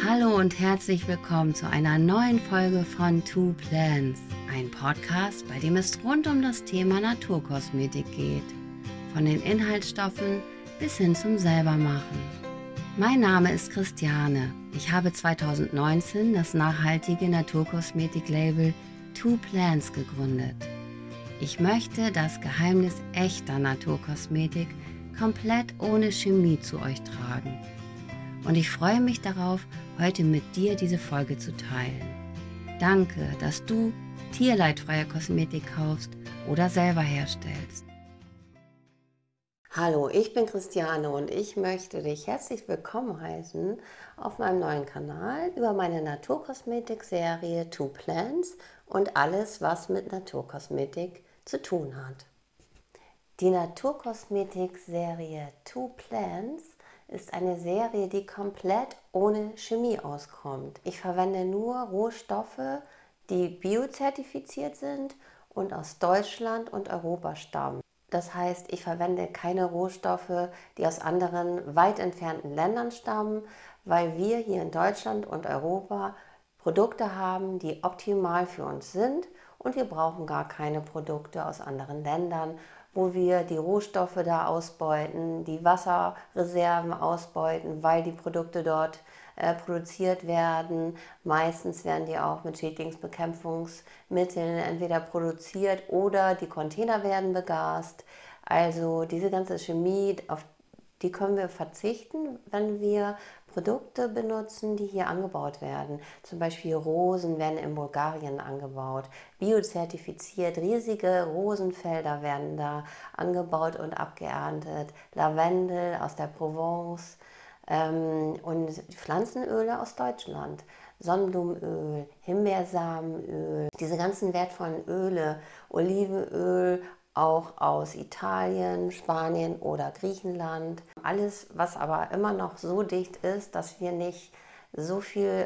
Hallo und herzlich willkommen zu einer neuen Folge von Two Plants, ein Podcast, bei dem es rund um das Thema Naturkosmetik geht, von den Inhaltsstoffen bis hin zum Selbermachen. Mein Name ist Christiane. Ich habe 2019 das nachhaltige Naturkosmetik-Label Two Plants gegründet. Ich möchte das Geheimnis echter Naturkosmetik komplett ohne Chemie zu euch tragen. Und ich freue mich darauf, heute mit dir diese Folge zu teilen. Danke, dass du tierleidfreie Kosmetik kaufst oder selber herstellst. Hallo, ich bin Christiane und ich möchte dich herzlich willkommen heißen auf meinem neuen Kanal über meine Naturkosmetik-Serie Two Plants und alles, was mit Naturkosmetik zu tun hat. Die Naturkosmetik-Serie Two Plants ist eine Serie, die komplett ohne Chemie auskommt. Ich verwende nur Rohstoffe, die biozertifiziert sind und aus Deutschland und Europa stammen. Das heißt, ich verwende keine Rohstoffe, die aus anderen weit entfernten Ländern stammen, weil wir hier in Deutschland und Europa Produkte haben, die optimal für uns sind und wir brauchen gar keine Produkte aus anderen Ländern, wo wir die Rohstoffe da ausbeuten, die Wasserreserven ausbeuten, weil die Produkte dort produziert werden. Meistens werden die auch mit Schädlingsbekämpfungsmitteln entweder produziert oder die Container werden begast. Also diese ganze Chemie, auf die können wir verzichten, wenn wir Produkte benutzen, die hier angebaut werden. Zum Beispiel Rosen werden in Bulgarien angebaut, biozertifiziert, riesige Rosenfelder werden da angebaut und abgeerntet, Lavendel aus der Provence und Pflanzenöle aus Deutschland. Sonnenblumenöl, Himbeersamenöl, diese ganzen wertvollen Öle, Olivenöl, auch aus Italien, Spanien oder Griechenland. Alles, was aber immer noch so dicht ist, dass wir nicht so viel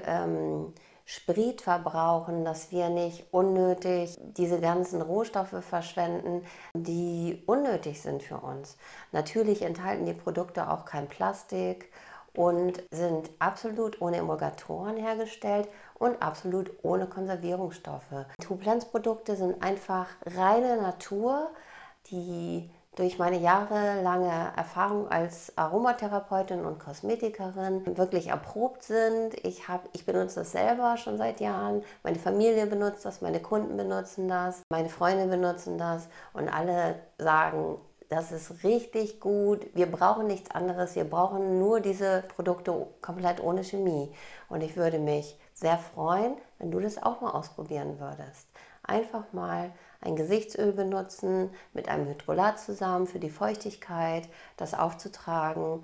Sprit verbrauchen, dass wir nicht unnötig diese ganzen Rohstoffe verschwenden, die unnötig sind für uns. Natürlich enthalten die Produkte auch kein Plastik und sind absolut ohne Emulgatoren hergestellt und absolut ohne Konservierungsstoffe. Two Plants Produkte sind einfach reine Natur, die durch meine jahrelange Erfahrung als Aromatherapeutin und Kosmetikerin wirklich erprobt sind. Ich benutze das selber schon seit Jahren. Meine Familie benutzt das, meine Kunden benutzen das, meine Freunde benutzen das und alle sagen, das ist richtig gut, wir brauchen nichts anderes, wir brauchen nur diese Produkte komplett ohne Chemie. Und ich würde mich sehr freuen, wenn du das auch mal ausprobieren würdest. Einfach mal ein Gesichtsöl benutzen, mit einem Hydrolat zusammen für die Feuchtigkeit, das aufzutragen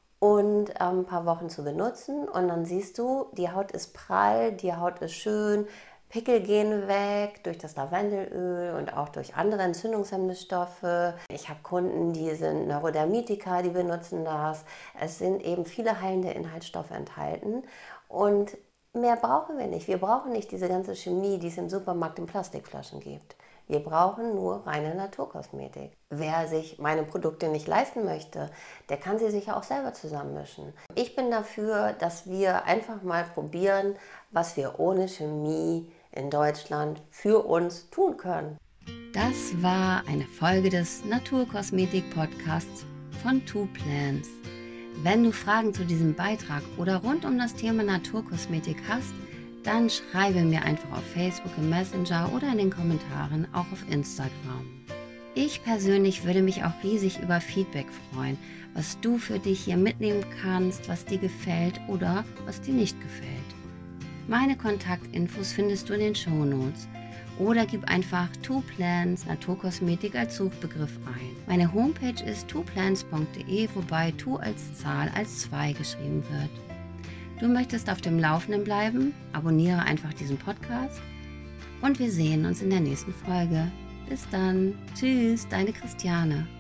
und ein paar Wochen zu benutzen. Und dann siehst du, die Haut ist prall, die Haut ist schön, Pickel gehen weg durch das Lavendelöl und auch durch andere entzündungshemmende Stoffe. Ich habe Kunden, die sind Neurodermitiker, die benutzen das. Es sind eben viele heilende Inhaltsstoffe enthalten und mehr brauchen wir nicht. Wir brauchen nicht diese ganze Chemie, die es im Supermarkt in Plastikflaschen gibt. Wir brauchen nur reine Naturkosmetik. Wer sich meine Produkte nicht leisten möchte, der kann sie sich auch selber zusammenmischen. Ich bin dafür, dass wir einfach mal probieren, was wir ohne Chemie in Deutschland für uns tun können. Das war eine Folge des Naturkosmetik-Podcasts von Two Plants. Wenn du Fragen zu diesem Beitrag oder rund um das Thema Naturkosmetik hast, dann schreibe mir einfach auf Facebook im Messenger oder in den Kommentaren, auch auf Instagram. Ich persönlich würde mich auch riesig über Feedback freuen, was du für dich hier mitnehmen kannst, was dir gefällt oder was dir nicht gefällt. Meine Kontaktinfos findest du in den Shownotes oder gib einfach Two Plants Naturkosmetik als Suchbegriff ein. Meine Homepage ist twoplants.de, wobei Two als Zahl als 2 geschrieben wird. Du möchtest auf dem Laufenden bleiben? Abonniere einfach diesen Podcast und wir sehen uns in der nächsten Folge. Bis dann. Tschüss, deine Christiane.